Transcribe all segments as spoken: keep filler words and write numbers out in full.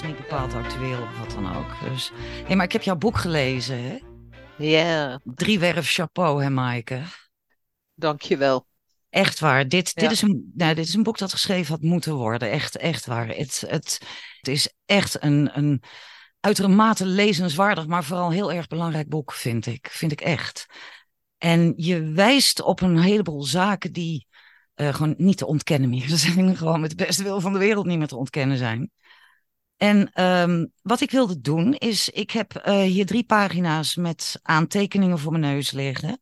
niet bepaald actueel of wat dan ook. Dus, hey, maar ik heb jouw boek gelezen, hè? Ja, Driewerf chapeau, hè, Maaike? dankjewel. Echt waar. Dit, dit, Ja, is een, nou, dit is een boek dat geschreven had moeten worden. Echt, echt waar. Het, het, het is echt een, een uitermate lezenswaardig, maar vooral heel erg belangrijk boek, vind ik. Vind ik echt. En je wijst op een heleboel zaken die uh, gewoon niet te ontkennen meer zijn. Gewoon met de beste wil van de wereld niet meer te ontkennen zijn. En um, wat ik wilde doen is, ik heb uh, hier drie pagina's met aantekeningen voor mijn neus liggen.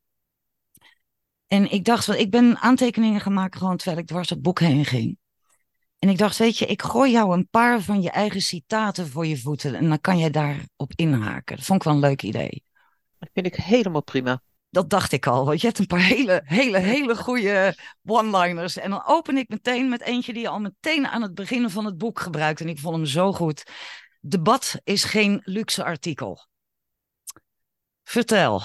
En ik dacht, wel, ik ben aantekeningen gaan maken gewoon terwijl ik dwars het boek heen ging. En ik dacht, weet je, ik gooi jou een paar van je eigen citaten voor je voeten en dan kan jij daarop inhaken. Dat vond ik wel een leuk idee. dat vind ik helemaal prima. Dat dacht ik al, want je hebt een paar hele, hele, hele goede one-liners. En dan open ik meteen met eentje die je al meteen aan het begin van het boek gebruikt. En ik vond hem zo goed. Debat is geen luxe artikel. Vertel.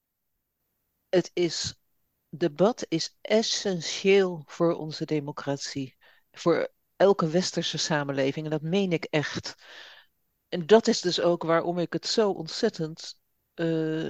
Het is, debat is essentieel voor onze democratie. Voor elke westerse samenleving. En dat meen ik echt. En dat is dus ook waarom ik het zo ontzettend eh,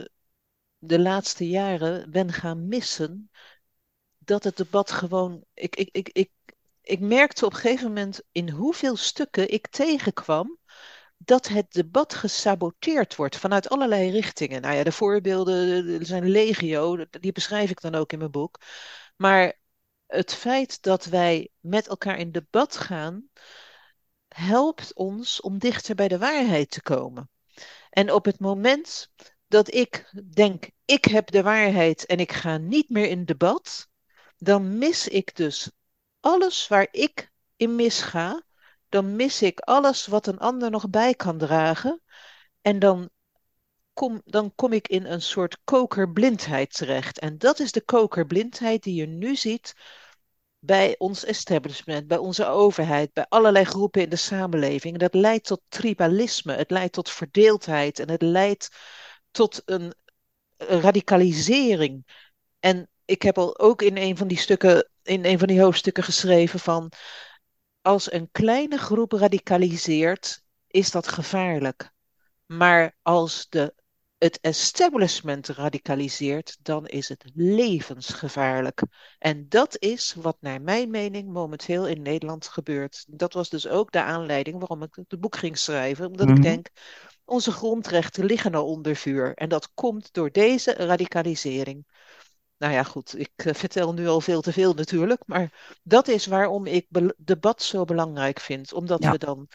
de laatste jaren ben gaan missen. Dat het debat gewoon. Ik, ik, ik, ik, ik merkte op een gegeven moment in hoeveel stukken ik tegenkwam dat het debat gesaboteerd wordt vanuit allerlei richtingen. Nou ja, de voorbeelden er zijn legio, die beschrijf ik dan ook in mijn boek. Maar het feit dat wij met elkaar in debat gaan, helpt ons om dichter bij de waarheid te komen. En op het moment dat ik denk, ik heb de waarheid en ik ga niet meer in debat, dan mis ik dus alles waar ik in misga. Dan mis ik alles wat een ander nog bij kan dragen. En dan kom, dan kom ik in een soort kokerblindheid terecht. En dat is de kokerblindheid die je nu ziet bij ons establishment, bij onze overheid, bij allerlei groepen in de samenleving. Dat leidt tot tribalisme, het leidt tot verdeeldheid en het leidt tot een radicalisering. En ik heb al ook in een van die stukken, in een van die hoofdstukken geschreven van als een kleine groep radicaliseert, is dat gevaarlijk. Maar als de, het establishment radicaliseert, dan is het levensgevaarlijk. En dat is wat naar mijn mening momenteel in Nederland gebeurt. Dat was dus ook de aanleiding waarom ik het boek ging schrijven. Omdat ik Mhm. denk, onze grondrechten liggen al onder vuur. En dat komt door deze radicalisering. Nou ja, goed, ik uh, vertel nu al veel te veel natuurlijk, maar dat is waarom ik debat zo belangrijk vind. Omdat Ja, we dan,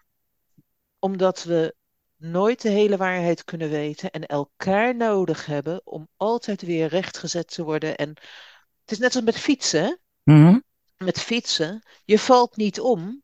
omdat we nooit de hele waarheid kunnen weten en elkaar nodig hebben om altijd weer rechtgezet te worden. En het is net als met fietsen, hè? mhm. Met fietsen, je valt niet om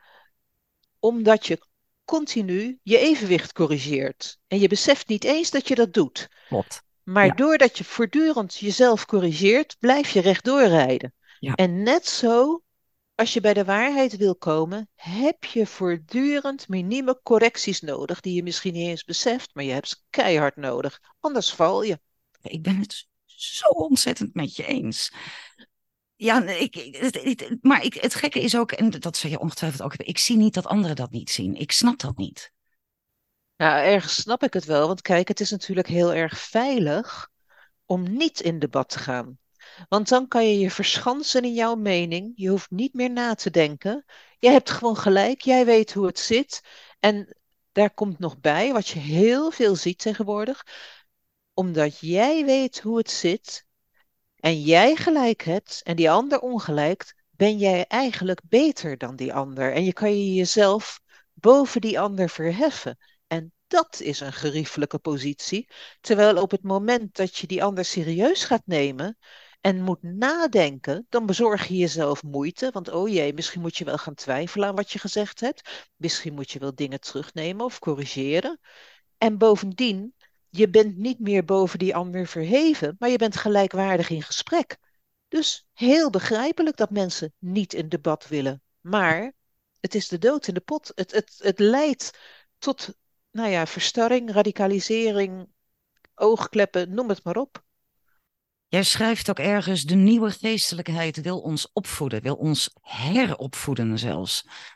omdat je continu je evenwicht corrigeert. En je beseft niet eens dat je dat doet. Klopt. Ja, Maar doordat je voortdurend jezelf corrigeert, blijf je rechtdoor rijden. ja. En net zo, als je bij de waarheid wil komen, heb je voortdurend minieme correcties nodig, die je misschien niet eens beseft, maar je hebt ze keihard nodig. Anders val je. Ik ben het zo ontzettend met je eens. Ja, nee, ik, ik- het, het- maar ik, het gekke is ook, en dat zou je ongetwijfeld ook hebben, ik zie niet dat anderen dat niet zien. Ik snap dat niet. Nou, ergens snap ik het wel, want kijk, het is natuurlijk heel erg veilig om niet in debat te gaan. Want dan kan je je verschansen in jouw mening. Je hoeft niet meer na te denken. Je hebt gewoon gelijk. Jij weet hoe het zit. En daar komt nog bij, wat je heel veel ziet tegenwoordig. Omdat jij weet hoe het zit en jij gelijk hebt en die ander ongelijk, ben jij eigenlijk beter dan die ander. En je kan je jezelf boven die ander verheffen. En dat is een geriefelijke positie. Terwijl op het moment dat je die ander serieus gaat nemen en moet nadenken, dan bezorg je jezelf moeite. Want oh jee, misschien moet je wel gaan twijfelen aan wat je gezegd hebt. Misschien moet je wel dingen terugnemen of corrigeren. En bovendien, je bent niet meer boven die ander verheven, maar je bent gelijkwaardig in gesprek. Dus heel begrijpelijk dat mensen niet in debat willen. Maar het is de dood in de pot. Het, het, het leidt tot, nou ja, verstarring, radicalisering, oogkleppen, noem het maar op. Jij schrijft ook ergens, de nieuwe geestelijkheid wil ons opvoeden, wil ons heropvoeden zelfs.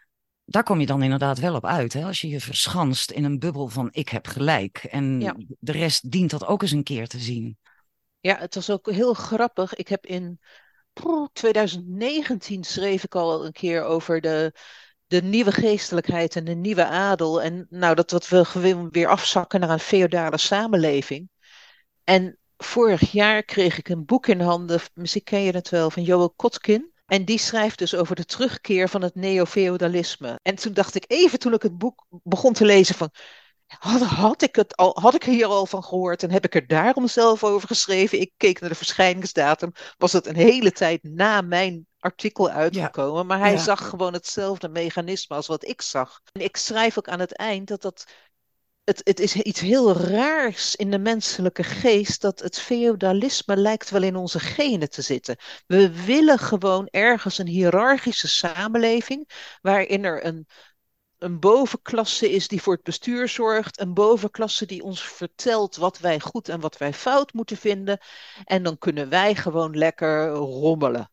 daar kom je dan inderdaad wel op uit. Hè? Als je je verschanst in een bubbel van ik heb gelijk. En Ja. de rest dient dat ook eens een keer te zien. Ja, het was ook heel grappig. Ik heb in poeh, twintig negentien schreef ik al een keer over de, de nieuwe geestelijkheid en de nieuwe adel. En nou, dat, dat we gewoon weer afzakken naar een feodale samenleving. En vorig jaar kreeg ik een boek in handen, misschien ken je het wel, van Joel Kotkin. En die schrijft dus over de terugkeer van het neo-feodalisme. En toen dacht ik even, toen ik het boek begon te lezen, van had, had ik het al, had ik hier al van gehoord en heb ik er daarom zelf over geschreven? Ik keek naar de verschijningsdatum, was het een hele tijd na mijn artikel Ja, uitgekomen, maar hij ja, zag gewoon hetzelfde mechanisme als wat ik zag. En ik schrijf ook aan het eind dat dat het, het is iets heel raars in de menselijke geest dat het feodalisme lijkt wel in onze genen te zitten. We willen gewoon ergens een hiërarchische samenleving waarin er een, een bovenklasse is die voor het bestuur zorgt, een bovenklasse die ons vertelt wat wij goed en wat wij fout moeten vinden. En dan kunnen wij gewoon lekker rommelen.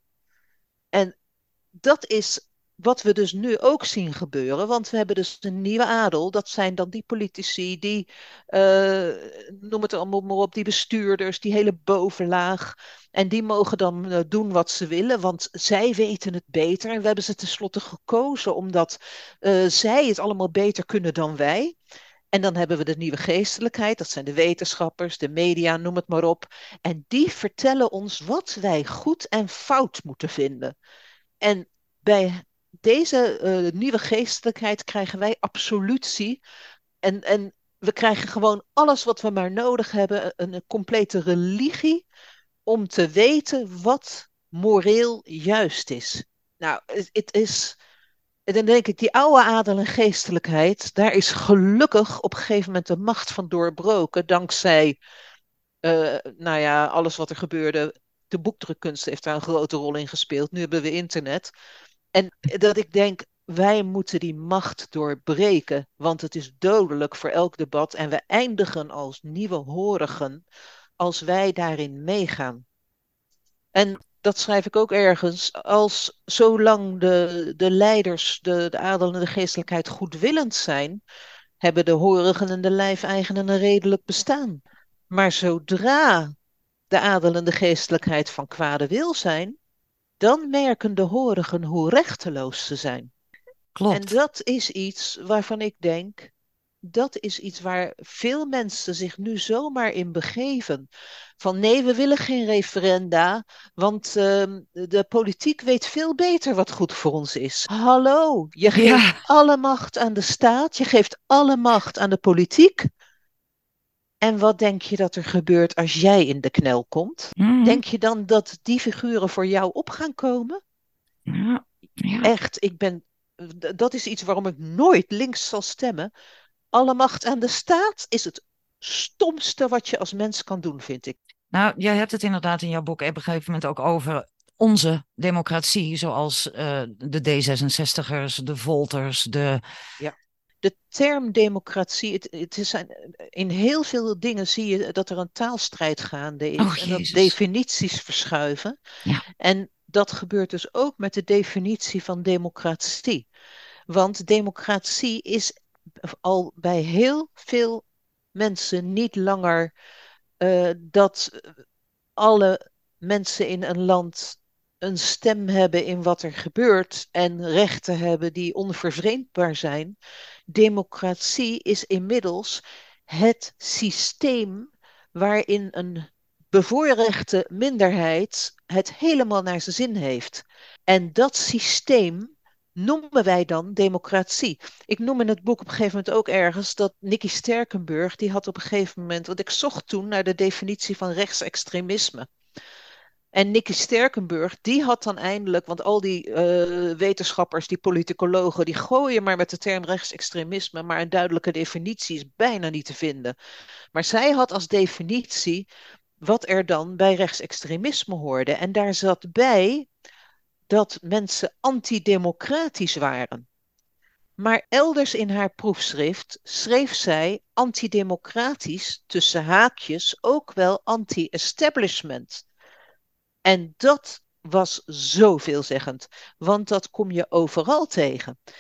En dat is wat we dus nu ook zien gebeuren. Want we hebben dus een nieuwe adel. Dat zijn dan die politici, die, uh, noem het allemaal maar op, die bestuurders, die hele bovenlaag. En die mogen dan uh, doen wat ze willen, want zij weten het beter. En we hebben ze tenslotte gekozen omdat uh, zij het allemaal beter kunnen dan wij. En dan hebben we de nieuwe geestelijkheid, dat zijn de wetenschappers, de media, noem het maar op. En die vertellen ons wat wij goed en fout moeten vinden. En bij deze uh, nieuwe geestelijkheid krijgen wij absolutie. En, en we krijgen gewoon alles wat we maar nodig hebben. Een, een complete religie om te weten wat moreel juist is. Nou, het, het is. En dan denk ik, die oude adel en geestelijkheid, daar is gelukkig op een gegeven moment de macht van doorbroken. Dankzij, uh, nou ja, alles wat er gebeurde. De boekdrukkunst heeft daar een grote rol in gespeeld. Nu hebben we internet. En dat ik denk, wij moeten die macht doorbreken, want het is dodelijk voor elk debat en we eindigen als nieuwe horigen als wij daarin meegaan. En dat schrijf ik ook ergens, als zolang de, de leiders, de, de adel en de geestelijkheid goedwillend zijn, hebben de horigen en de lijfeigenen een redelijk bestaan. Maar zodra de adel en de geestelijkheid van kwade wil zijn, dan merken de horigen hoe rechteloos ze zijn. En klopt. dat is iets waarvan ik denk, dat is iets waar veel mensen zich nu zomaar in begeven. Van nee, we willen geen referenda, want uh, de politiek weet veel beter wat goed voor ons is. Hallo, je geeft Ja. alle macht aan de staat, je geeft alle macht aan de politiek. En wat denk je dat er gebeurt als jij in de knel komt? Mhm. Denk je dan dat die figuren voor jou op gaan komen? Ja, ja. Echt, ik ben, dat is iets waarom ik nooit links zal stemmen. Alle macht aan de staat is het stomste wat je als mens kan doen, vind ik. Nou, jij hebt het inderdaad in jouw boek op een gegeven moment ook over onze democratie, zoals uh, de D zesenzestigers, de Volters, de... Ja. De term democratie, het, het is een, in heel veel dingen zie je dat er een taalstrijd gaande Oh, is en dat Jezus. definities verschuiven. Ja. En dat gebeurt dus ook met de definitie van democratie. Want democratie is al bij heel veel mensen niet langer uh, dat alle mensen in een land een stem hebben in wat er gebeurt en rechten hebben die onvervreemdbaar zijn. Democratie is inmiddels het systeem waarin een bevoorrechte minderheid het helemaal naar zijn zin heeft. En dat systeem noemen wij dan democratie. Ik noem in het boek op een gegeven moment ook ergens dat Nicky Sterkenburg, die had op een gegeven moment, want ik zocht toen naar de definitie van rechtsextremisme. En Nicky Sterkenburg, die had dan eindelijk, want al die uh, wetenschappers, die politicologen, die gooien maar met de term rechtsextremisme, maar een duidelijke definitie is bijna niet te vinden. Maar zij had als definitie wat er dan bij rechtsextremisme hoorde. En daar zat bij dat mensen antidemocratisch waren. Maar elders in haar proefschrift schreef zij antidemocratisch tussen haakjes ook wel anti-establishment. En dat was zo veelzeggend, want dat kom je overal tegen.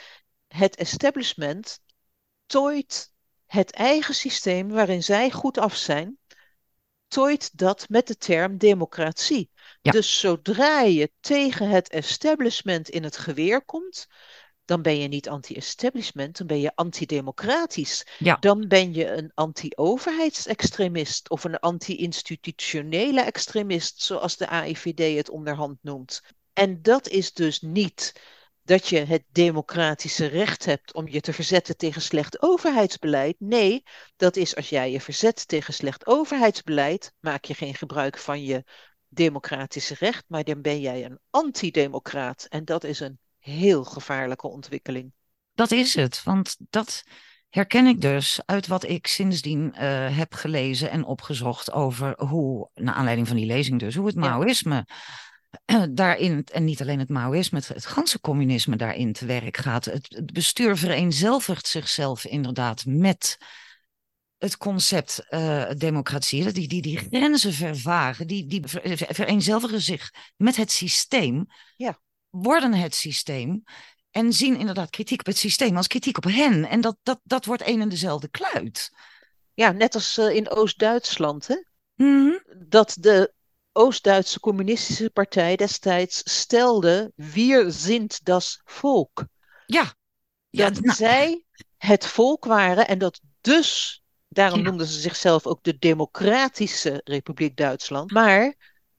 het establishment tooit het eigen systeem waarin zij goed af zijn, tooit dat met de term democratie. Ja, Dus zodra je tegen het establishment in het geweer komt, dan ben je niet anti-establishment, dan ben je antidemocratisch. ja, Dan ben je een anti-overheidsextremist of een anti-institutionele extremist, zoals de A I V D het onderhand noemt. En dat is dus niet dat je het democratische recht hebt om je te verzetten tegen slecht overheidsbeleid. Nee, dat is als jij je verzet tegen slecht overheidsbeleid, maak je geen gebruik van je democratische recht, maar dan ben jij een antidemocraat. En dat is een heel gevaarlijke ontwikkeling. dat is het. Want dat herken ik dus uit wat ik sindsdien uh, heb gelezen en opgezocht over hoe, naar aanleiding van die lezing dus, hoe het Ja, Maoïsme uh, daarin, en niet alleen het Maoïsme, het, het ganse communisme daarin te werk gaat. Het, het bestuur vereenzelvigt zichzelf inderdaad met het concept uh, democratie. Die, die, die grenzen vervagen, die, die vereenzelvigen zich met het systeem, ja. worden het systeem en zien inderdaad kritiek op het systeem als kritiek op hen. En dat, dat, dat wordt een en dezelfde kluit. Ja, net als uh, in Oost-Duitsland, hè? Mm-hmm. Dat de Oost-Duitse communistische partij destijds stelde: Wir sind das Volk. Ja, ja, Dat nou, zij het volk waren en dat dus, daarom ja, noemden ze zichzelf ook de Democratische Republiek Duitsland. Maar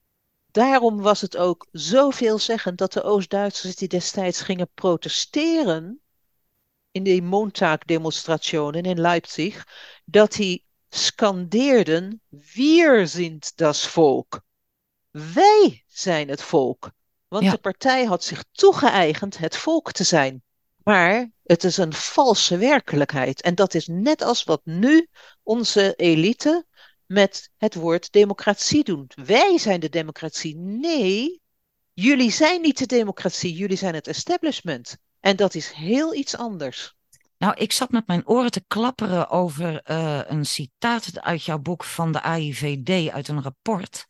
daarom was het ook zo veelzeggend dat de Oost-Duitsers die destijds gingen protesteren in die Montaagdemonstrationen in Leipzig, dat die scandeerden: Wir sind das Volk. Wij zijn het volk. Want ja. de partij had zich toegeëigend het volk te zijn. Maar het is een valse werkelijkheid. En dat is net als wat nu onze elite met het woord democratie doen. Wij zijn de democratie. Nee, jullie zijn niet de democratie, jullie zijn het establishment. En dat is heel iets anders. Nou, ik zat met mijn oren te klapperen over uh, een citaat uit jouw boek van de A I V D uit een rapport.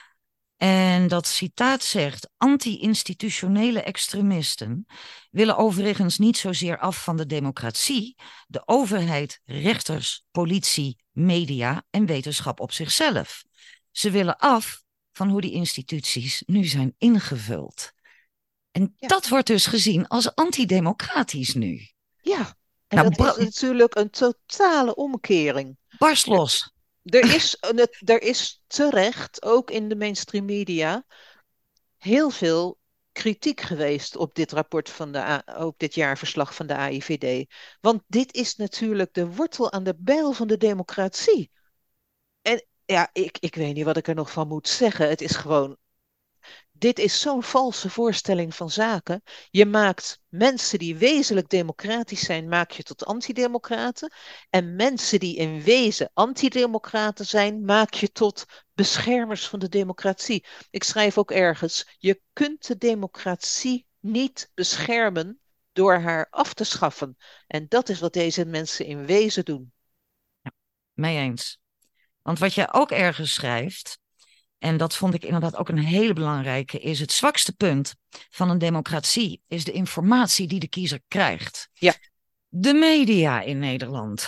En dat citaat zegt: anti-institutionele extremisten willen overigens niet zozeer af van de democratie, de overheid, rechters, politie, media en wetenschap op zichzelf. Ze willen af van hoe die instituties nu zijn ingevuld. En Ja, dat wordt dus gezien als antidemocratisch nu. ja. En Nou, dat is bra- natuurlijk een totale omkering. barst Er, los. er is, er is terecht, ook in de mainstream media, heel veel kritiek geweest op dit rapport van de A- op dit jaarverslag van de A I V D. Want dit is natuurlijk de wortel aan de bijl van de democratie. En ja, ik, ik weet niet wat ik er nog van moet zeggen. Het is gewoon, dit is zo'n valse voorstelling van zaken. Je maakt mensen die wezenlijk democratisch zijn, maak je tot antidemocraten. En mensen die in wezen antidemocraten zijn, maak je tot beschermers van de democratie. Ik schrijf ook ergens: je kunt de democratie niet beschermen door haar af te schaffen. En dat is wat deze mensen in wezen doen. Mee eens. Want wat jij ook ergens schrijft, en dat vond ik inderdaad ook een hele belangrijke, is het zwakste punt van een democratie is de informatie die de kiezer krijgt. Ja, De media in Nederland.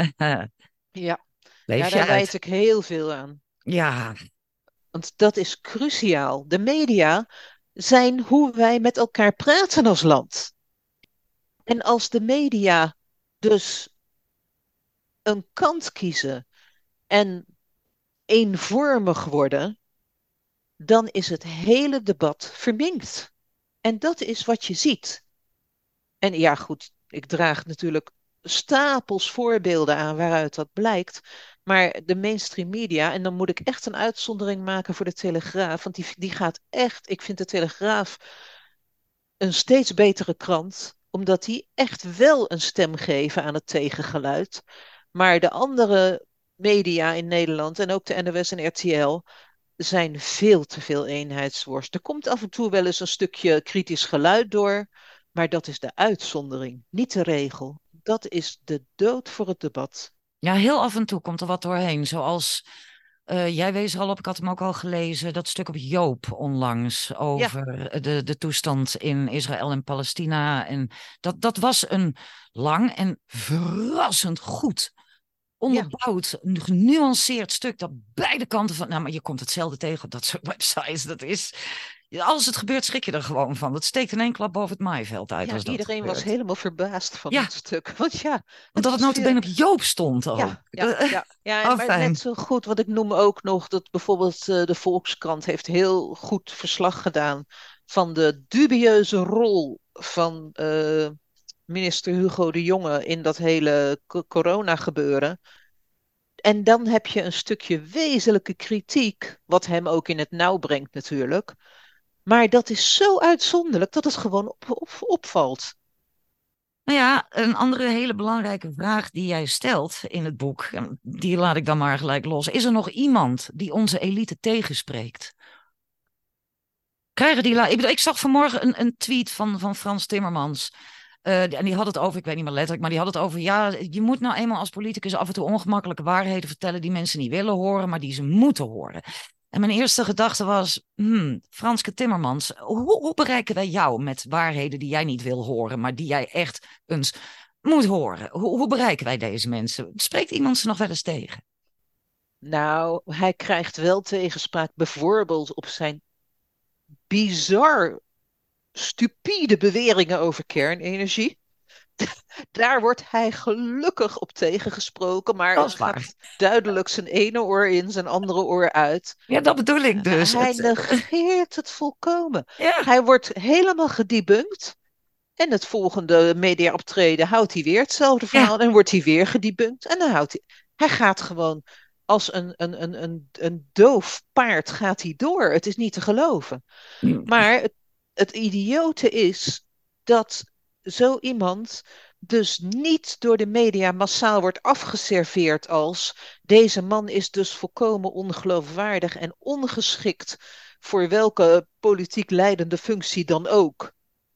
ja. Leef Ja, je daar wijd uit. ik heel veel aan. Ja, Want dat is cruciaal. De media zijn hoe wij met elkaar praten als land. En als de media dus een kant kiezen en eenvormig worden, dan is het hele debat verminkt. En dat is wat je ziet. En ja, goed, ik draag natuurlijk stapels voorbeelden aan waaruit dat blijkt. Maar de mainstream media, en dan moet ik echt een uitzondering maken voor de Telegraaf, want die, die gaat echt, ik vind de Telegraaf een steeds betere krant, omdat die echt wel een stem geven aan het tegengeluid. Maar de andere media in Nederland en ook de N O S en R T L zijn veel te veel eenheidsworst. Er komt af en toe wel eens een stukje kritisch geluid door, maar dat is de uitzondering, niet de regel. Dat is de dood voor het debat. ja, heel af en toe komt er wat doorheen. Zoals Uh, jij wees er al op, ik had hem ook al gelezen, dat stuk op Joop onlangs Ja, over de, de toestand in Israël en Palestina. En dat, dat was een lang en verrassend goed ja. onderbouwd, een genuanceerd stuk dat beide kanten van... Nou, maar je komt hetzelfde tegen op dat soort websites. Dat is... Als het gebeurt, schrik je er gewoon van. Dat steekt in één klap boven het maaiveld uit Ja, als dat iedereen was gebeurt. helemaal verbaasd van dat Ja, stuk. Want ja, het omdat het was nota veel. bene op Joop stond ook. Ja, ja, ja. Ja, en Oh, maar net fijn. zo goed, want ik noem ook nog dat bijvoorbeeld eh, de Volkskrant heeft heel goed verslag gedaan van de dubieuze rol van eh, minister Hugo de Jonge in dat hele co- corona-gebeuren. En dan heb je een stukje wezenlijke kritiek, wat hem ook in het nauw brengt natuurlijk. Maar dat is zo uitzonderlijk dat het gewoon op, op, opvalt. Nou ja, een andere hele belangrijke vraag die jij stelt in het boek, en die laat ik dan maar gelijk los. Is er nog iemand die onze elite tegenspreekt? Krijgen die la- ik, bedoel, ik zag vanmorgen een, een tweet van, van Frans Timmermans. Uh, en die had het over, ik weet niet meer letterlijk, maar die had het over, ja, je moet nou eenmaal als politicus af en toe ongemakkelijke waarheden vertellen die mensen niet willen horen, maar die ze moeten horen. En mijn eerste gedachte was, hmm, Franske Timmermans, hoe, hoe bereiken wij jou met waarheden die jij niet wil horen, maar die jij echt eens moet horen? Hoe, hoe bereiken wij deze mensen? Spreekt iemand ze nog wel eens tegen? Nou, hij krijgt wel tegenspraak bijvoorbeeld op zijn bizar stupide beweringen over kernenergie. Daar wordt hij gelukkig op tegengesproken, maar Dat het is waar. gaat duidelijk zijn ene oor in, zijn andere oor uit. Ja, dat bedoel ik dus. Hij Het, negeert het volkomen. ja, Hij wordt helemaal gedebunked. En het volgende media-optreden houdt hij weer hetzelfde ja. verhaal en wordt hij weer gedebunked. En dan houdt hij. Hij gaat gewoon als een, een, een, een, een doof paard gaat hij door. Het is niet te geloven. Maar het, het idiote is dat zo iemand dus niet door de media massaal wordt afgeserveerd als deze man is dus volkomen ongeloofwaardig en ongeschikt voor welke politiek leidende functie dan ook.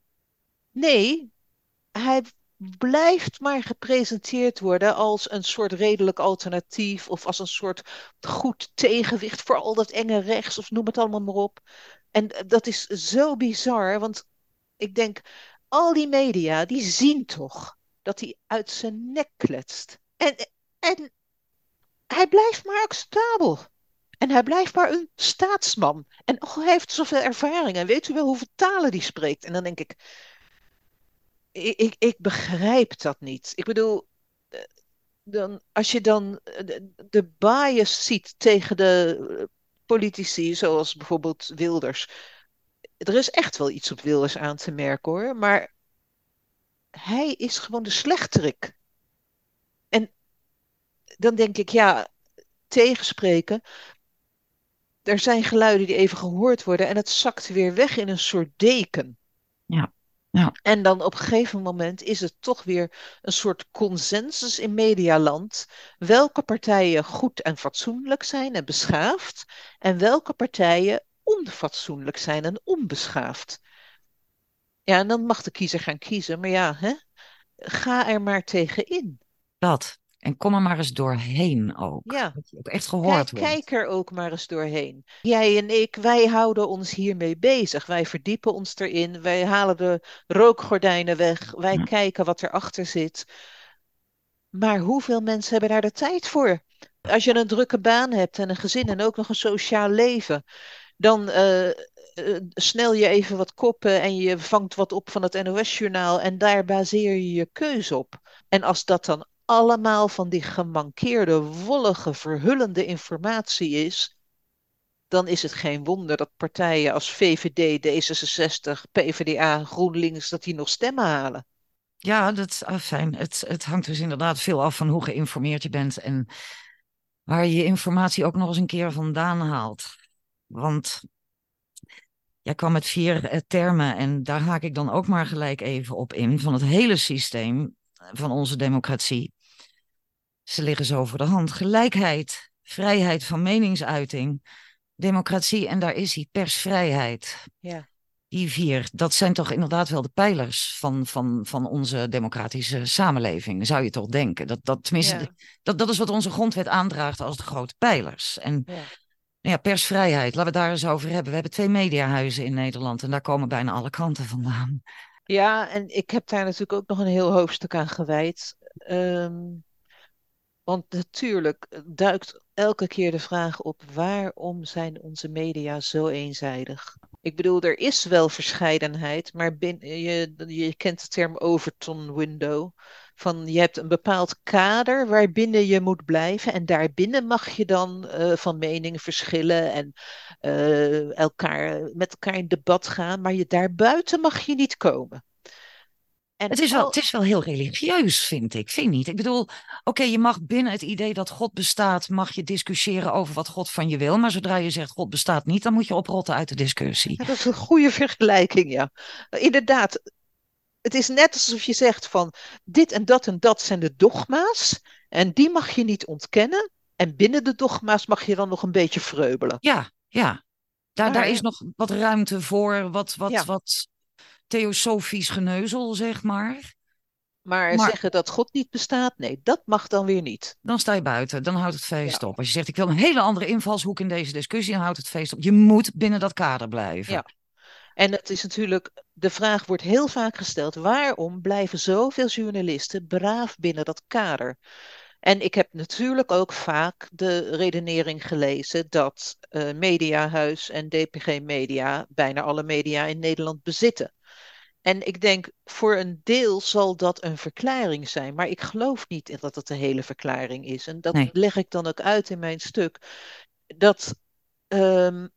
Nee, hij blijft maar gepresenteerd worden als een soort redelijk alternatief of als een soort goed tegenwicht voor al dat enge rechts of noem het allemaal maar op. En dat is zo bizar, want ik denk, al die media, die zien toch dat hij uit zijn nek kletst. En, en hij blijft maar acceptabel. En hij blijft maar een staatsman. En oh, hij heeft zoveel ervaring. En weet u wel hoeveel talen die spreekt? En dan denk ik, ik, ik, ik begrijp dat niet. Ik bedoel, eh, dan, als je dan eh, de, de bias ziet tegen de eh, politici, zoals bijvoorbeeld Wilders. Er is echt wel iets op Wilders aan te merken hoor, maar hij is gewoon de slechterik. En dan denk ik, ja, tegenspreken. Er zijn geluiden die even gehoord worden en het zakt weer weg in een soort deken. Ja, ja. En dan op een gegeven moment is het toch weer een soort consensus in medialand. Welke partijen goed en fatsoenlijk zijn en beschaafd. En welke partijen onfatsoenlijk zijn en onbeschaafd. Ja, en dan mag de kiezer gaan kiezen. Maar ja, hè? Ga er maar tegen in. Dat. En kom er maar eens doorheen ook. Ja, Dat je ook echt kijk, gehoord kijk wordt. er ook maar eens doorheen. Jij en ik, wij houden ons hiermee bezig. Wij verdiepen ons erin. Wij halen de rookgordijnen weg. Wij Ja. kijken wat erachter zit. Maar hoeveel mensen hebben daar de tijd voor? Als je een drukke baan hebt en een gezin en ook nog een sociaal leven, dan eh, eh, snel je even wat koppen en je vangt wat op van het N O S-journaal en daar baseer je je keuze op. En als dat dan allemaal van die gemankeerde, wollige, verhullende informatie is, dan is het geen wonder dat partijen als V V D, D zesenzestig, PvdA, GroenLinks, dat die nog stemmen halen. Ja, dat ah, fijn. Het, het hangt dus inderdaad veel af van hoe geïnformeerd je bent en waar je je informatie ook nog eens een keer vandaan haalt. Want jij kwam met vier eh, termen en daar haak ik dan ook maar gelijk even op in van het hele systeem van onze democratie. Ze liggen zo voor de hand. Gelijkheid, vrijheid van meningsuiting, democratie en daar is die persvrijheid. Ja, die vier, dat zijn toch inderdaad wel de pijlers van, van, van onze democratische samenleving, zou je toch denken. Dat, dat, tenminste, Ja, dat, dat is wat onze grondwet aandraagt als de grote pijlers. En ja. ja, persvrijheid, laten we het daar eens over hebben. We hebben twee mediahuizen in Nederland en daar komen bijna alle kranten vandaan. Ja, en ik heb daar natuurlijk ook nog een heel hoofdstuk aan gewijd. Ehm, want natuurlijk duikt elke keer de vraag op: waarom zijn onze media zo eenzijdig? Ik bedoel, er is wel verscheidenheid, maar bin- je, je kent de term Overton window. Van je hebt een bepaald kader waarbinnen je moet blijven en daarbinnen mag je dan eh, van mening verschillen en eh, elkaar, met elkaar in debat gaan, maar je, daarbuiten mag je niet komen. En Het is wel, al, het is wel heel religieus, vind ik. Vind je niet? Ik bedoel, oké, je mag binnen het idee dat God bestaat, mag je discussiëren over wat God van je wil. Maar zodra je zegt God bestaat niet, dan moet je oprotten uit de discussie. ja, dat is een goede vergelijking, ja. Inderdaad, het is net alsof je zegt van dit en dat en dat zijn de dogma's en die mag je niet ontkennen. En binnen de dogma's mag je dan nog een beetje vreubelen. Ja, ja. Daar, daar is Maar nog wat ruimte voor, wat, wat, ja, wat theosofisch geneuzel, zeg maar. maar Maar zeggen dat God niet bestaat, nee, dat mag dan weer niet. dan sta je buiten, dan houdt het Ja, feest op. Als je zegt, ik wil een hele andere invalshoek in deze discussie, dan houdt het feest op. Je moet binnen dat kader blijven. ja. En het is natuurlijk, de vraag wordt heel vaak gesteld: waarom blijven zoveel journalisten braaf binnen dat kader? En ik heb natuurlijk ook vaak de redenering gelezen dat uh, Mediahuis en D P G Media bijna alle media in Nederland bezitten. En ik denk, voor een deel zal dat een verklaring zijn, maar ik geloof niet dat het de hele verklaring is. En dat Nee, leg ik dan ook uit in mijn stuk. Dat um,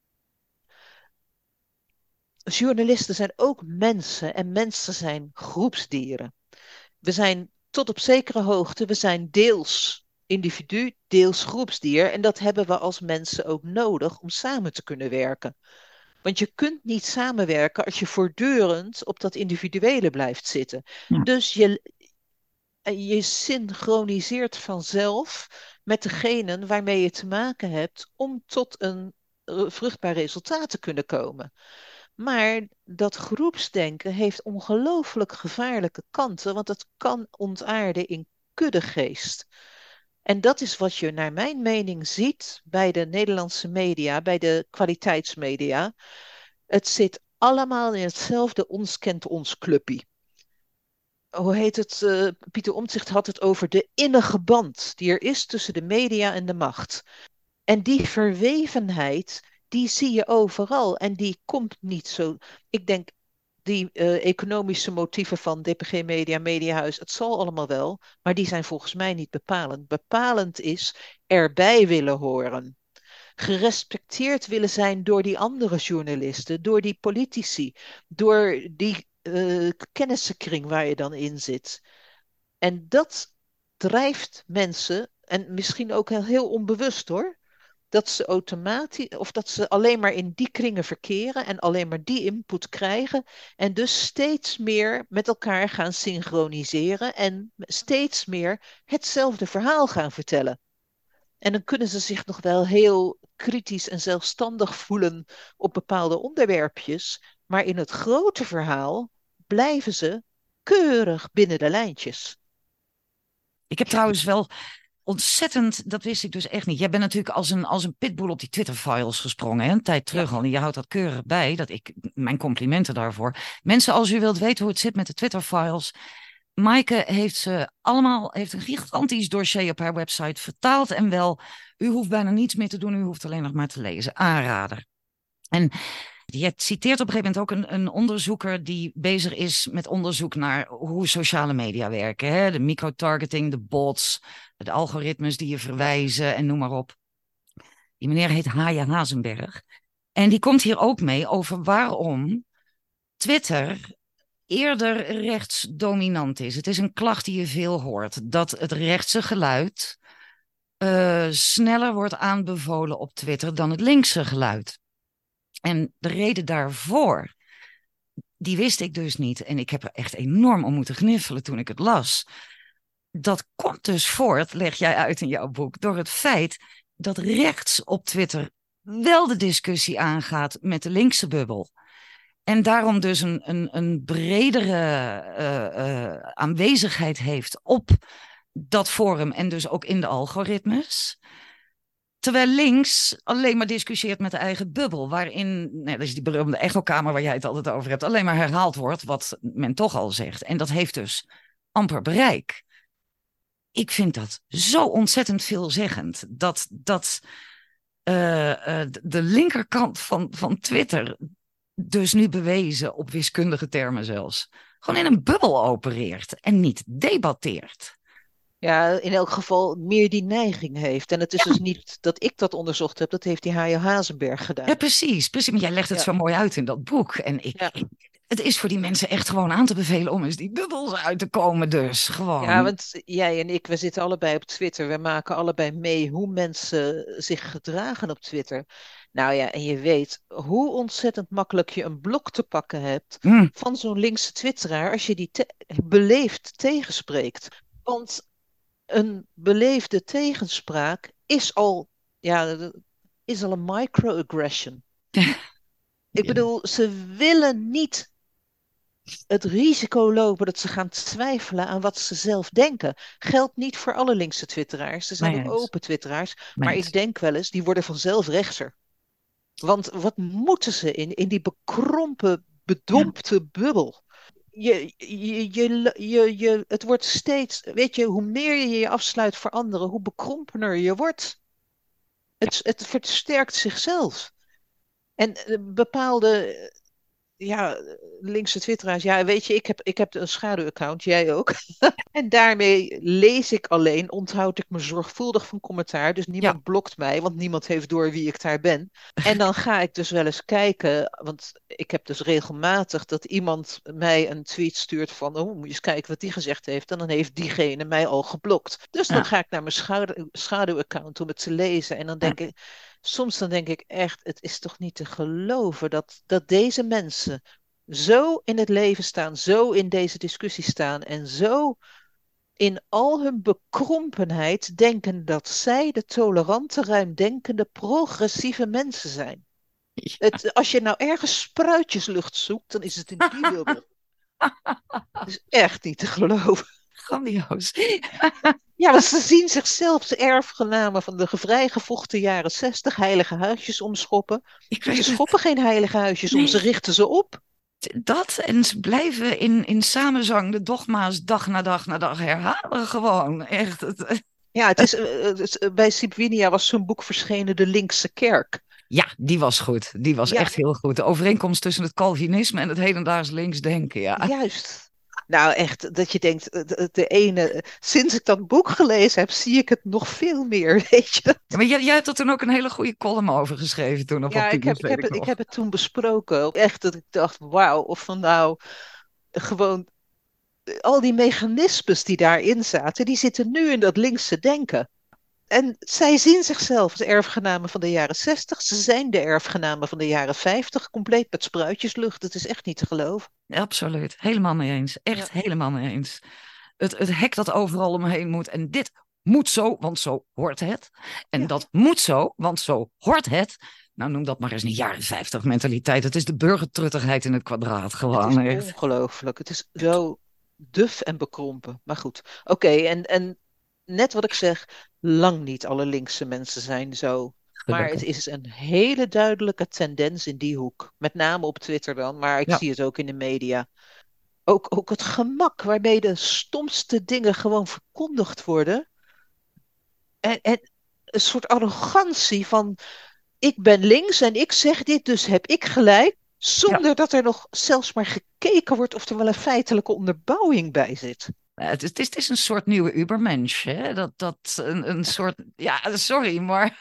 journalisten zijn ook mensen en mensen zijn groepsdieren. We zijn tot op zekere hoogte, we zijn deels individu, deels groepsdier. En dat hebben we als mensen ook nodig om samen te kunnen werken. Want je kunt niet samenwerken als je voortdurend op dat individuele blijft zitten. ja. Dus je, je synchroniseert vanzelf met degenen waarmee je te maken hebt om tot een eh, vruchtbaar resultaat te kunnen komen. Maar dat groepsdenken heeft ongelooflijk gevaarlijke kanten, want het kan ontaarden in kuddegeest. En dat is wat je naar mijn mening ziet bij de Nederlandse media, bij de kwaliteitsmedia. Het zit allemaal in hetzelfde ons kent ons clubje. Hoe heet het? Uh, Pieter Omtzigt had het over de innige band die er is tussen de media en de macht. En die verwevenheid, die zie je overal. En die komt niet zo. Ik denk, die uh, economische motieven van D P G Media, Mediahuis, het zal allemaal wel. Maar die zijn volgens mij niet bepalend. Bepalend is erbij willen horen. Gerespecteerd willen zijn door die andere journalisten, door die politici, door die uh, kennissenkring waar je dan in zit. En dat drijft mensen, en misschien ook heel, heel onbewust hoor, dat ze automatisch, of dat ze alleen maar in die kringen verkeren en alleen maar die input krijgen en dus steeds meer met elkaar gaan synchroniseren en steeds meer hetzelfde verhaal gaan vertellen. En dan kunnen ze zich nog wel heel kritisch en zelfstandig voelen op bepaalde onderwerpjes, maar in het grote verhaal blijven ze keurig binnen de lijntjes. Ik heb trouwens wel ontzettend, dat wist ik dus echt niet. Jij bent natuurlijk als een, als een pitbull op die Twitter-files gesprongen, hè, een tijd Ja. terug al. En je houdt dat keurig bij. Dat ik, mijn complimenten daarvoor. Mensen, als u wilt weten hoe het zit met de Twitter-files. Maaike heeft ze allemaal, heeft een gigantisch dossier op haar website vertaald. En wel, u hoeft bijna niets meer te doen. U hoeft alleen nog maar te lezen. Aanrader. En je citeert op een gegeven moment ook een, een onderzoeker die bezig is met onderzoek naar hoe sociale media werken. Hè? De microtargeting, de bots, de algoritmes die je verwijzen en noem maar op. Die meneer heet Haya Hazenberg. En die komt hier ook mee over waarom Twitter eerder rechtsdominant is. Het is een klacht die je veel hoort. Dat het rechtse geluid uh, sneller wordt aanbevolen op Twitter dan het linkse geluid. En de reden daarvoor, die wist ik dus niet. En ik heb er echt enorm om moeten gniffelen toen ik het las. Dat komt dus voort, leg jij uit in jouw boek, door het feit dat rechts op Twitter wel de discussie aangaat met de linkse bubbel. En daarom dus een, een, een bredere uh, uh, aanwezigheid heeft op dat forum en dus ook in de algoritmes. Terwijl links alleen maar discussieert met de eigen bubbel, waarin, nou, dat is die beroemde echokamer waar jij het altijd over hebt, alleen maar herhaald wordt wat men toch al zegt. En dat heeft dus amper bereik. Ik vind dat zo ontzettend veelzeggend, dat, dat uh, uh, de linkerkant van, van Twitter, dus nu bewezen op wiskundige termen zelfs, gewoon in een bubbel opereert en niet debatteert. Ja, in elk geval meer die neiging heeft. En het is Ja. dus niet dat ik dat onderzocht heb, dat heeft die H J Hazenberg gedaan. Ja, precies, precies. Maar jij legt het ja. zo mooi uit in dat boek. En ik, ja. ik, het is voor die mensen echt gewoon aan te bevelen om eens die bubbels uit te komen dus. Gewoon. Ja, want jij en ik, we zitten allebei op Twitter. We maken allebei mee hoe mensen zich gedragen op Twitter. Nou ja, en je weet hoe ontzettend makkelijk je een blok te pakken hebt Mm. van zo'n linkse twitteraar als je die te- beleefd tegenspreekt. Want een beleefde tegenspraak is al, ja, is al een microaggression. Ik Ja. bedoel, ze willen niet het risico lopen dat ze gaan twijfelen aan wat ze zelf denken. Geldt niet voor alle linkse twitteraars. Er zijn Mee ook eens. open twitteraars. Mee Maar eens. ik denk wel eens, die worden vanzelf rechtser. Want wat moeten ze in, in die bekrompen, Ja. bedompte bubbel? Je, je, je, je, je, het wordt steeds, weet je, hoe meer je je afsluit voor anderen, hoe bekrompener je wordt. Ja. Het, het versterkt zichzelf. En eh, bepaalde, ja, linkse twitteraars, ja, weet je, ik heb, ik heb een schaduwaccount, jij ook. En daarmee lees ik alleen, onthoud ik me zorgvuldig van commentaar. Dus Ja. niemand blokt mij, want niemand heeft door wie ik daar ben. En dan ga ik dus wel eens kijken, want ik heb dus regelmatig dat iemand mij een tweet stuurt van, oh, moet je eens kijken wat die gezegd heeft. En dan heeft diegene mij al geblokt. Dus dan Ja. ga ik naar mijn schadu- schaduwaccount om het te lezen. En dan Ja. denk ik, soms dan denk ik echt, het is toch niet te geloven dat, dat deze mensen zo in het leven staan, zo in deze discussie staan en zo in al hun bekrompenheid denken dat zij de tolerante, ruimdenkende, progressieve mensen zijn. Ja. Het, als je nou ergens spruitjeslucht zoekt, dan is het in die bubbel. Het is echt niet te geloven. Grandioos. Ja, want ze zien zichzelf als erfgenamen van de vrijgevochten jaren zestig, heilige huisjes omschoppen. Ik Ze weet het. schoppen geen heilige huisjes om, ze Nee. richten ze op. Dat en ze blijven in, in samenzang de dogma's dag na dag na dag herhalen. Gewoon echt. Het, Ja, het is, uh, het is, uh, bij Sibwinia was zo'n boek verschenen, De Linkse Kerk. ja, die was goed. Die was Ja, echt heel goed. De overeenkomst tussen het Calvinisme en het hedendaags linksdenken. Ja. juist. Nou, echt, dat je denkt, de, de ene, sinds ik dat boek gelezen heb, zie ik het nog veel meer, weet je. Ja, maar jij, jij hebt er toen ook een hele goede column over geschreven toen op Ja, ik Opinies, heb, ik weet heb, ik het, ik nog. heb het toen besproken. Echt dat ik dacht, wauw, of van nou, gewoon, al die mechanismes die daarin zaten, die zitten nu in dat linkse denken. En zij zien zichzelf als erfgenamen van de jaren zestig. Ze zijn de erfgenamen van de jaren vijftig, compleet met spruitjeslucht. Het is echt niet te geloven. Absoluut. Helemaal mee eens. Ja. Echt helemaal mee eens. Het, het hek dat overal omheen moet. En dit moet zo, want zo hoort het. En Ja. dat moet zo, want zo hoort het. Nou, noem dat maar eens een jaren vijftig mentaliteit. Het is de burgertruttigheid in het kwadraat. Gewoon Het is echt. ongelooflijk. Het is zo duf en bekrompen. Maar goed, oké. En, en net wat ik zeg, lang niet alle linkse mensen zijn zo. Maar het Gelukkig. is een hele duidelijke tendens in die hoek. Met name op Twitter dan, maar ik Ja. zie het ook in de media. Ook, ook het gemak waarmee de stomste dingen gewoon verkondigd worden. En, en een soort arrogantie van, ik ben links en ik zeg dit, dus heb ik gelijk. Zonder Ja. dat er nog zelfs maar gekeken wordt of er wel een feitelijke onderbouwing bij zit. Het is, het is, het is een soort nieuwe Ubermensch. Hè? Dat, dat een, een soort. Ja, sorry, maar.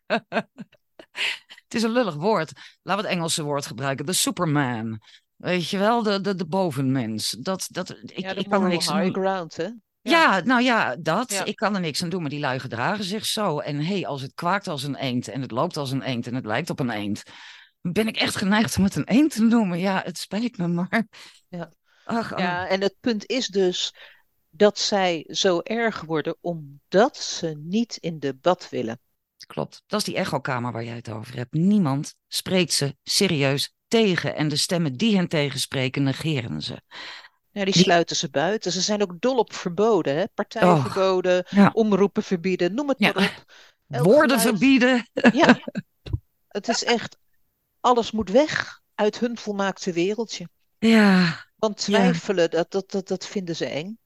Het is een lullig woord. Laten we het Engelse woord gebruiken. De Superman. Weet je wel, de, de, de bovenmens. Dat, dat, ik, Ja, de ik kan er moral niks aan high doen. ground, hè? Ja, Ja, nou ja, dat. ja. Ik kan er niks aan doen, maar die lui gedragen zich zo. En hé, hey, als het kwaakt als een eend en het loopt als een eend en het lijkt op een eend, ben ik echt geneigd om het een eend te noemen. Ja, het spijt me, maar. Ja. Ach, ach. Ja, en het punt is dus dat zij zo erg worden omdat ze niet in debat willen. Klopt. Dat is die echokamer waar jij het over hebt. Niemand spreekt ze serieus tegen en de stemmen die hen tegenspreken negeren ze. Ja, die Die, sluiten ze buiten. Ze zijn ook dol op verboden, hè? oh, Partijverboden, ja, omroepen verbieden, noem het ja, maar op. Elk woorden geluid. verbieden. Ja, het is echt, alles moet weg uit hun volmaakte wereldje. Ja, Want ja. twijfelen, dat, dat, dat, dat vinden ze eng.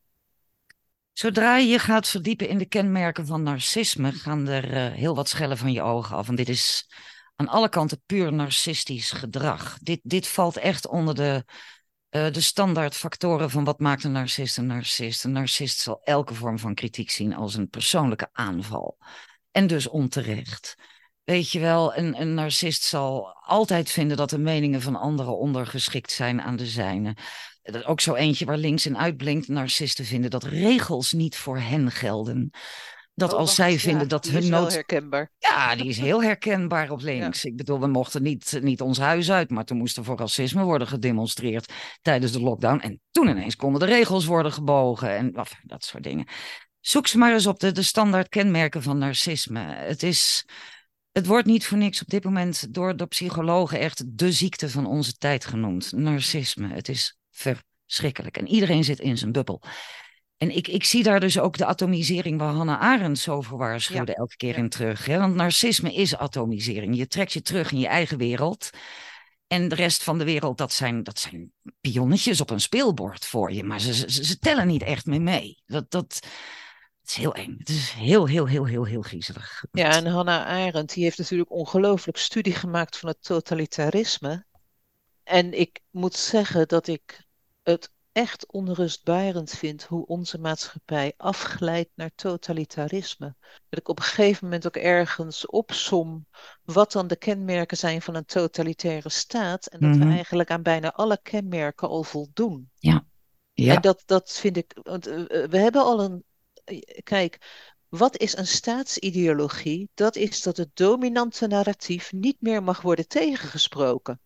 Zodra je je gaat verdiepen in de kenmerken van narcisme, gaan er uh, heel wat schellen van je ogen af. En dit is aan alle kanten puur narcistisch gedrag. Dit, dit valt echt onder de, uh, de standaard factoren van wat maakt een narcist een narcist. Een narcist zal elke vorm van kritiek zien als een persoonlijke aanval. En dus onterecht. Weet je wel, een, een narcist zal altijd vinden dat de meningen van anderen ondergeschikt zijn aan de zijne. Ook zo eentje waar links in uitblinkt. Narcisten vinden dat regels niet voor hen gelden. Dat Oh, als zij wacht, vinden ja, dat die hun is wel nood... herkenbaar. Ja, die is heel herkenbaar op Ja. links. Ik bedoel, we mochten niet, niet ons huis uit, maar toen moest er voor racisme worden gedemonstreerd tijdens de lockdown. En toen ineens konden de regels worden gebogen en of, dat soort dingen. Zoek ze maar eens op de, de standaard kenmerken van narcisme. Het is... Het wordt niet voor niks op dit moment door de psychologen echt de ziekte van onze tijd genoemd. Narcisme. Het is verschrikkelijk. En iedereen zit in zijn bubbel. En ik, ik zie daar dus ook de atomisering waar Hannah Arendt zo voor Ja, waarschuwde elke keer ja. in terug. Hè? Want narcisme is atomisering. Je trekt je terug in je eigen wereld. En de rest van de wereld, dat zijn, dat zijn pionnetjes op een speelbord voor je. Maar ze, ze, ze tellen niet echt meer mee. Dat, dat, het is heel eng. Het is heel, heel, heel, heel, heel griezelig. Ja, en Hannah Arendt, die heeft natuurlijk ongelooflijk studie gemaakt van het totalitarisme. En ik moet zeggen dat ik het echt onrustbarend vind hoe onze maatschappij afglijdt naar totalitarisme. Dat ik op een gegeven moment ook ergens opsom wat dan de kenmerken zijn van een totalitaire staat en dat we Mm-hmm. eigenlijk aan bijna alle kenmerken al voldoen. Ja, En ja, dat, dat vind ik, want uh, we hebben al een, kijk, wat is een staatsideologie? Dat is dat het dominante narratief niet meer mag worden tegengesproken.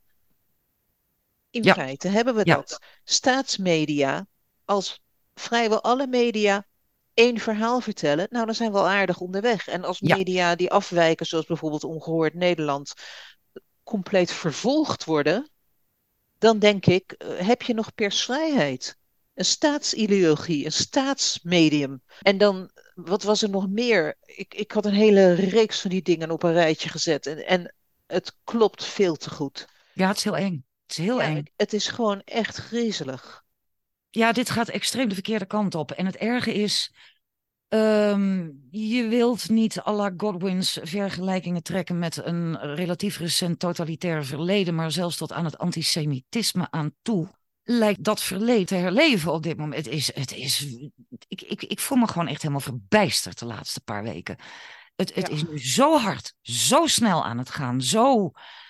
In ja, feite hebben we ja, dat. Staatsmedia, als vrijwel alle media één verhaal vertellen, nou dan zijn we al aardig onderweg. En als ja, media die afwijken, zoals bijvoorbeeld Ongehoord Nederland, compleet vervolgd worden, dan denk ik, uh, heb je nog persvrijheid? Een staatsideologie, een staatsmedium. En dan, wat was er nog meer? Ik, ik had een hele reeks van die dingen op een rijtje gezet. En, en het klopt veel te goed. ja, het is heel eng. Het is heel Ja, eng. ik- het is gewoon echt griezelig. Ja, dit gaat extreem de verkeerde kant op. En het erge is, ehm, je wilt niet à la Godwins vergelijkingen trekken met een relatief recent totalitair verleden, maar zelfs tot aan het antisemitisme aan toe. Lijkt dat verleden te herleven op dit moment. Het is, het is, ik, ik, ik voel me gewoon echt helemaal verbijsterd de laatste paar weken. Het, het Ja. is nu zo hard, zo snel aan het gaan, zo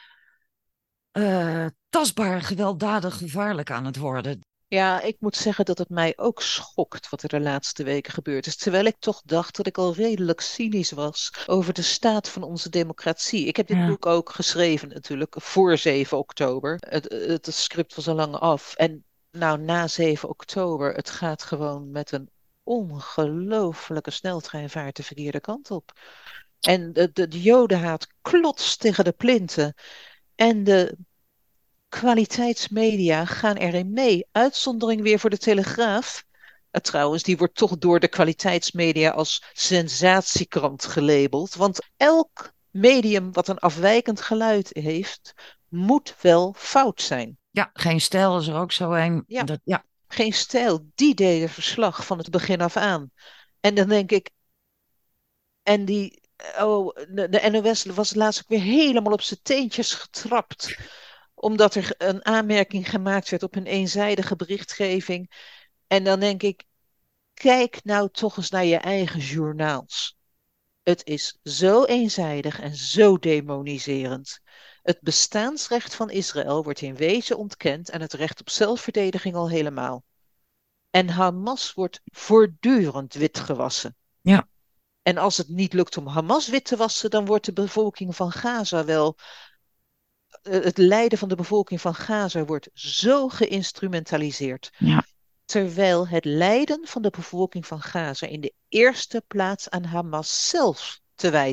uh, tastbaar, gewelddadig, gevaarlijk aan het worden. Ja, ik moet zeggen dat het mij ook schokt wat er de laatste weken gebeurd is. Terwijl ik toch dacht dat ik al redelijk cynisch was over de staat van onze democratie. Ik heb dit Ja, boek ook geschreven natuurlijk voor zeven oktober. Het, het, het script was al lang af. En nou, na zeven oktober, het gaat gewoon met een ongelofelijke sneltreinvaart de verkeerde kant op. En de, de, de jodenhaat klotst tegen de plinten. En de kwaliteitsmedia gaan erin mee. Uitzondering weer voor de Telegraaf. Uh, trouwens, die wordt toch door de kwaliteitsmedia als sensatiekrant gelabeld. Want elk medium wat een afwijkend geluid heeft, moet wel fout zijn. ja, geen stijl is er ook zo een. Ja, Dat, ja, geen stijl. Die deden verslag van het begin af aan. En dan denk ik, en die, oh, de, de N O S was laatst ook weer helemaal op zijn teentjes getrapt omdat er een aanmerking gemaakt werd op een eenzijdige berichtgeving. En dan denk ik, kijk nou toch eens naar je eigen journaals. Het is zo eenzijdig en zo demoniserend. Het bestaansrecht van Israël wordt in wezen ontkend en het recht op zelfverdediging al helemaal. En Hamas wordt voortdurend witgewassen. ja, En als het niet lukt om Hamas wit te wassen, dan wordt de bevolking van Gaza wel het lijden van de bevolking van Gaza wordt zo geïnstrumentaliseerd. ja, Terwijl het lijden van de bevolking van Gaza in de eerste plaats aan Hamas zelf te wijten is.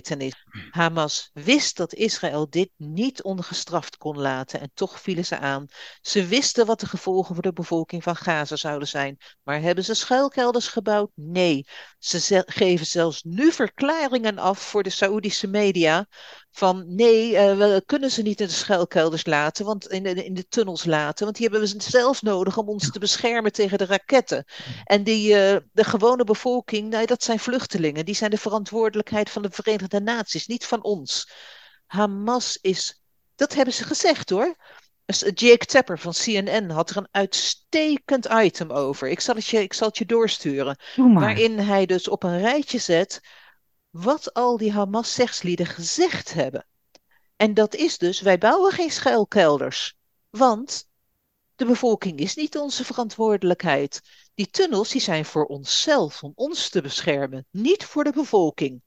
Hamas wist dat Israël dit niet ongestraft kon laten en toch vielen ze aan. Ze wisten wat de gevolgen voor de bevolking van Gaza zouden zijn. Maar hebben ze schuilkelders gebouwd? Nee. Ze ze geven zelfs nu verklaringen af voor de Saoedische media. Van nee, uh, we kunnen ze niet in de schuilkelders laten, want in de, in de tunnels laten. Want die hebben we zelf nodig om ons te beschermen tegen de raketten. En die, uh, de gewone bevolking, nee, dat zijn vluchtelingen. Die zijn de verantwoordelijkheid van de Verenigde Naties, niet van ons. Hamas is, dat hebben ze gezegd hoor. Dus Jake Tapper van C N N had er een uitstekend item over. Ik zal het je, ik zal het je doorsturen. Doe maar. Waarin hij dus op een rijtje zet wat al die Hamas-zegslieden gezegd hebben. En dat is dus, wij bouwen geen schuilkelders. Want de bevolking is niet onze verantwoordelijkheid. Die tunnels die zijn voor onszelf, om ons te beschermen, niet voor de bevolking.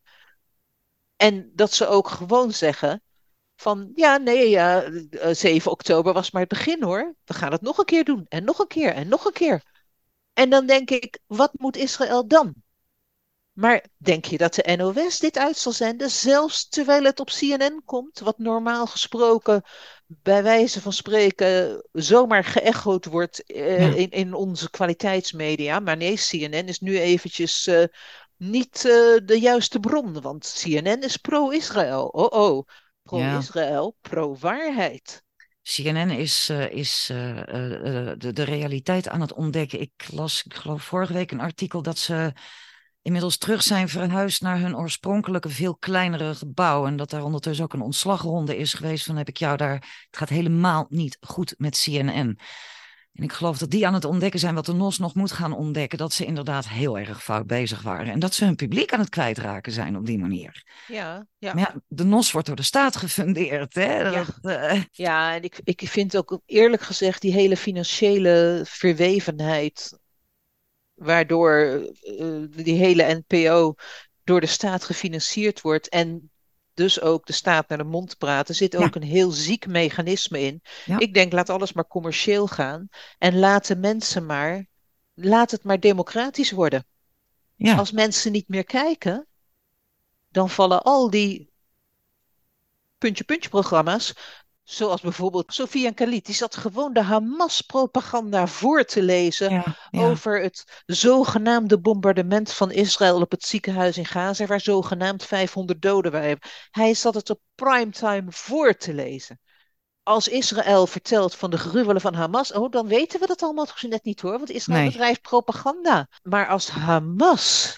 En dat ze ook gewoon zeggen van, ja, nee, ja, zeven oktober was maar het begin hoor. We gaan het nog een keer doen en nog een keer en nog een keer. En dan denk ik, wat moet Israël dan? Maar denk je dat de N O S dit uit zal zenden, zelfs terwijl het op C N N komt, wat normaal gesproken, bij wijze van spreken, zomaar geëchoed wordt uh, Ja, in, in onze kwaliteitsmedia? Maar nee, C N N is nu eventjes uh, niet uh, de juiste bron, want C N N is pro-Israël. Oh oh, ja. pro-Israël, pro-waarheid. C N N is, uh, is uh, uh, de, de realiteit aan het ontdekken. Ik las, ik geloof vorige week een artikel dat ze inmiddels terug zijn verhuisd naar hun oorspronkelijke, veel kleinere gebouw. En dat daar ondertussen ook een ontslagronde is geweest. Van heb ik jou daar. Het gaat helemaal niet goed met C N N. En ik geloof dat die aan het ontdekken zijn wat de N O S nog moet gaan ontdekken. Dat ze inderdaad heel erg fout bezig waren. En dat ze hun publiek aan het kwijtraken zijn op die manier. Ja, ja, Maar ja, de N O S wordt door de staat gefundeerd. Hè? ja. Dat, uh... Ja, en ik, ik vind ook eerlijk gezegd die hele financiële verwevenheid, waardoor uh, die hele N P O door de staat gefinancierd wordt en dus ook de staat naar de mond praat. Er zit Ja, ook een heel ziek mechanisme in. ja, Ik denk, laat alles maar commercieel gaan en laat de mensen maar, laat het maar democratisch worden. ja, Als mensen niet meer kijken, dan vallen al die puntje-puntje programma's, zoals bijvoorbeeld Sofia en Khalid, die zat gewoon de Hamas-propaganda voor te lezen ja, ja, over het zogenaamde bombardement van Israël op het ziekenhuis in Gaza, waar zogenaamd vijfhonderd doden bij hebben. Hij zat het op primetime voor te lezen. Als Israël vertelt van de gruwelen van Hamas, oh, dan weten we dat allemaal toch net niet hoor, want Israël nee, bedrijft propaganda. Maar als Hamas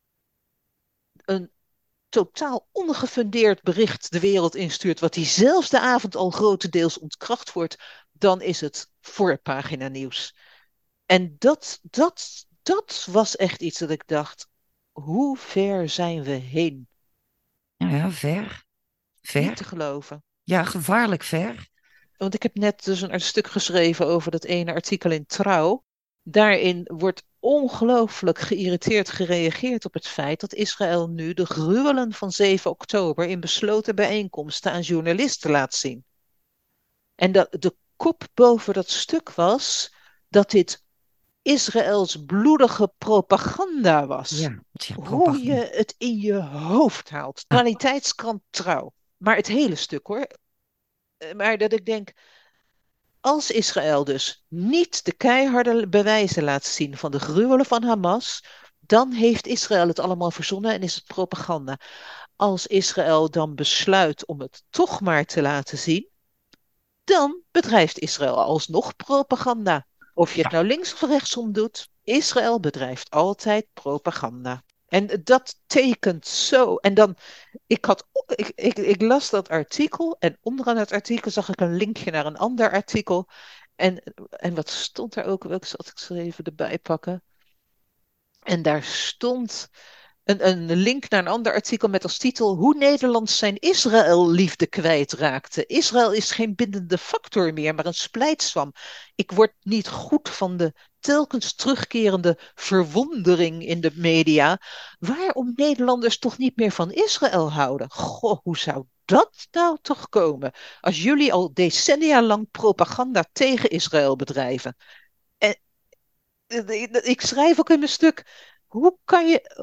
een totaal ongefundeerd bericht de wereld instuurt, wat diezelfde avond al grotendeels ontkracht wordt, dan is het voorpagina nieuws. En dat, dat, dat was echt iets dat ik dacht, hoe ver zijn we heen? ja, ja, ver, Niet te ver, geloven. ja, gevaarlijk ver. Want ik heb net dus een, een stuk geschreven over dat ene artikel in Trouw. Daarin wordt ongelooflijk geïrriteerd gereageerd op het feit dat Israël nu de gruwelen van zeven oktober in besloten bijeenkomsten aan journalisten laat zien. En dat de kop boven dat stuk was dat dit Israëls bloedige propaganda was. Ja, tja, Hoe propaganda. je het in je hoofd haalt. Ah, Kwaliteitskrant Trouw. Maar het hele stuk hoor. Eh, Maar dat ik denk, als Israël dus niet de keiharde bewijzen laat zien van de gruwelen van Hamas, dan heeft Israël het allemaal verzonnen en is het propaganda. Als Israël dan besluit om het toch maar te laten zien, dan bedrijft Israël alsnog propaganda. Of je het ja, nou links of rechtsom doet, Israël bedrijft altijd propaganda. En dat tekent zo. En dan, ik, had, ik, ik, ik las dat artikel en onderaan het artikel zag ik een linkje naar een ander artikel. En, en wat stond er ook? Welke zal ik ze even erbij pakken? En daar stond een, een link naar een ander artikel met als titel Hoe Nederland zijn Israël-liefde kwijtraakte. Israël is geen bindende factor meer, maar een splijtswam. Ik word niet goed van de telkens terugkerende verwondering in de media. Waarom Nederlanders toch niet meer van Israël houden? Goh, hoe zou dat nou toch komen? Als jullie al decennia lang propaganda tegen Israël bedrijven. En, eh, ik schrijf ook in mijn stuk, hoe kan je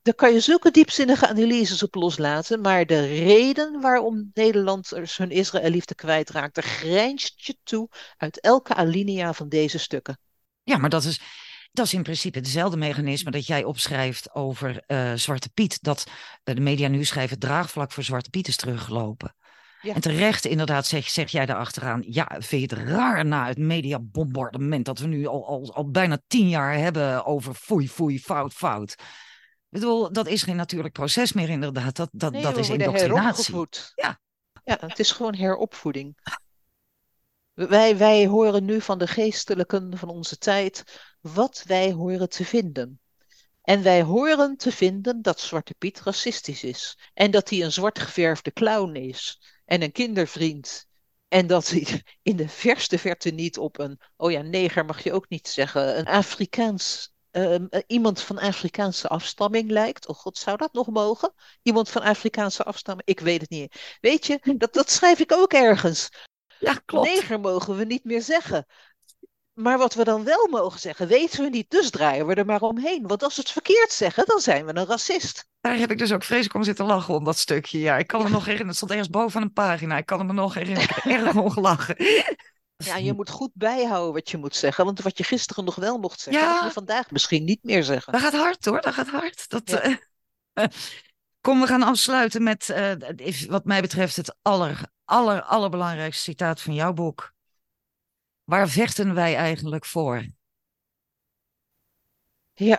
daar kan je zulke diepzinnige analyses op loslaten, maar de reden waarom Nederlanders hun Israël-liefde kwijtraakt, daar grijnst je toe uit elke alinea van deze stukken. Ja, maar dat is, dat is in principe hetzelfde mechanisme dat jij opschrijft over uh, Zwarte Piet. Dat uh, de media nu schrijven, het draagvlak voor Zwarte Piet is teruggelopen. Ja. En terecht inderdaad zeg, zeg jij daarachteraan, ja, vind je het raar na het mediabombardement dat we nu al, al, al bijna tien jaar hebben over foei, foei, fout, fout. Ik bedoel, dat is geen natuurlijk proces meer inderdaad, dat, dat, nee, dat is indoctrinatie. Ja. ja, het is gewoon heropvoeding. Wij, wij horen nu van de geestelijken van onze tijd wat wij horen te vinden. En wij horen te vinden dat Zwarte Piet racistisch is. En dat hij een zwart geverfde clown is. En een kindervriend. En dat hij in de verste verte niet op een, oh ja, neger mag je ook niet zeggen, een Afrikaans, uh, iemand van Afrikaanse afstamming lijkt. Oh god, zou dat nog mogen? Iemand van Afrikaanse afstamming? Ik weet het niet. Weet je, dat, dat schrijf ik ook ergens. Ja, klopt. Neger mogen we niet meer zeggen. Maar wat we dan wel mogen zeggen, weten we niet, dus draaien we er maar omheen. Want als we het verkeerd zeggen, dan zijn we een racist. Daar heb ik dus ook vreselijk om zitten lachen om dat stukje. Ja, ik kan ja. me nog herinneren, het stond ergens boven een pagina. Ik kan me nog herinneren, ik heb er erg om gelachen. Ja, je moet goed bijhouden wat je moet zeggen. Want wat je gisteren nog wel mocht zeggen, ja. mag je vandaag misschien niet meer zeggen. Dat gaat hard hoor, dat gaat hard. Dat, ja. uh, Kom, we gaan afsluiten met, uh, wat mij betreft, het aller, aller, allerbelangrijkste citaat van jouw boek. Waar vechten wij eigenlijk voor? Ja.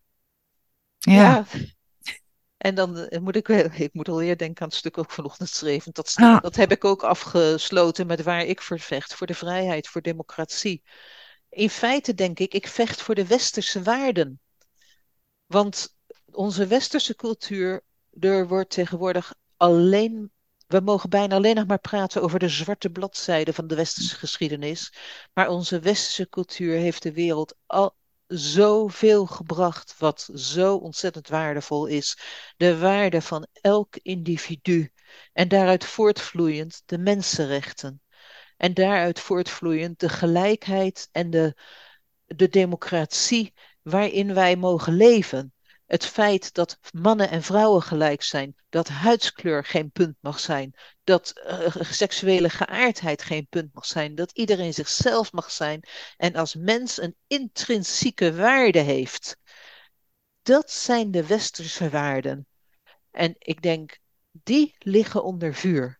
Ja. ja. En dan moet ik wel, ik moet alweer denken aan het stuk ook vanochtend schreef. Dat, ja. dat heb ik ook afgesloten met waar ik voor vecht. Voor de vrijheid, voor democratie. In feite denk ik, ik vecht voor de westerse waarden. Want onze westerse cultuur, er wordt tegenwoordig alleen... We mogen bijna alleen nog maar praten over de zwarte bladzijde van de westerse geschiedenis. Maar onze westerse cultuur heeft de wereld al zoveel gebracht wat zo ontzettend waardevol is. De waarde van elk individu. En daaruit voortvloeiend de mensenrechten. En daaruit voortvloeiend de gelijkheid en de, de democratie waarin wij mogen leven. Het feit dat mannen en vrouwen gelijk zijn, dat huidskleur geen punt mag zijn, dat uh, seksuele geaardheid geen punt mag zijn, dat iedereen zichzelf mag zijn en als mens een intrinsieke waarde heeft. Dat zijn de westerse waarden. En ik denk, die liggen onder vuur.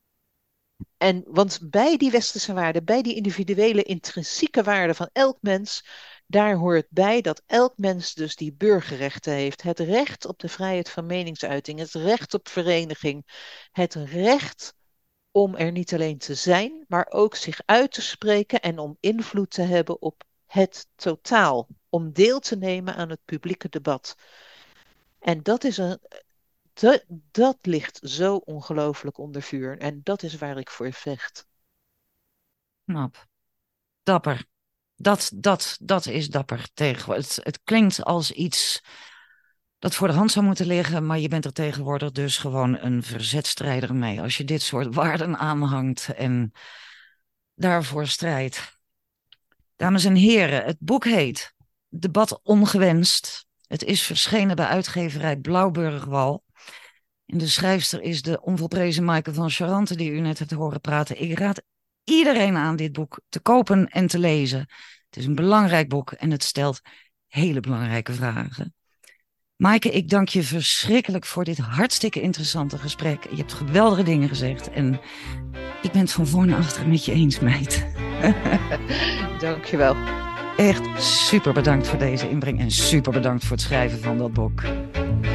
En, want bij die westerse waarden, bij die individuele intrinsieke waarden van elk mens, daar hoort bij dat elk mens dus die burgerrechten heeft. Het recht op de vrijheid van meningsuiting, het recht op vereniging, het recht om er niet alleen te zijn, maar ook zich uit te spreken en om invloed te hebben op het totaal. Om deel te nemen aan het publieke debat. En dat is een... Dat, dat ligt zo ongelooflijk onder vuur. En dat is waar ik voor vecht. Knap. Dapper. Dat, dat, dat is dapper tegen. Het, het klinkt als iets dat voor de hand zou moeten liggen, maar je bent er tegenwoordig dus gewoon een verzetstrijder mee. Als je dit soort waarden aanhangt en daarvoor strijdt. Dames en heren, het boek heet Debat Ongewenst. Het is verschenen bij uitgeverij Blauwburgwal. En de schrijfster is de onvolprezen Maaike van Charante, die u net hebt horen praten. Ik raad iedereen aan dit boek te kopen en te lezen. Het is een belangrijk boek en het stelt hele belangrijke vragen. Maaike, ik dank je verschrikkelijk voor dit hartstikke interessante gesprek. Je hebt geweldige dingen gezegd en ik ben het van voor naar achter met je eens, meid. Dank je wel. Echt super bedankt voor deze inbreng en super bedankt voor het schrijven van dat boek.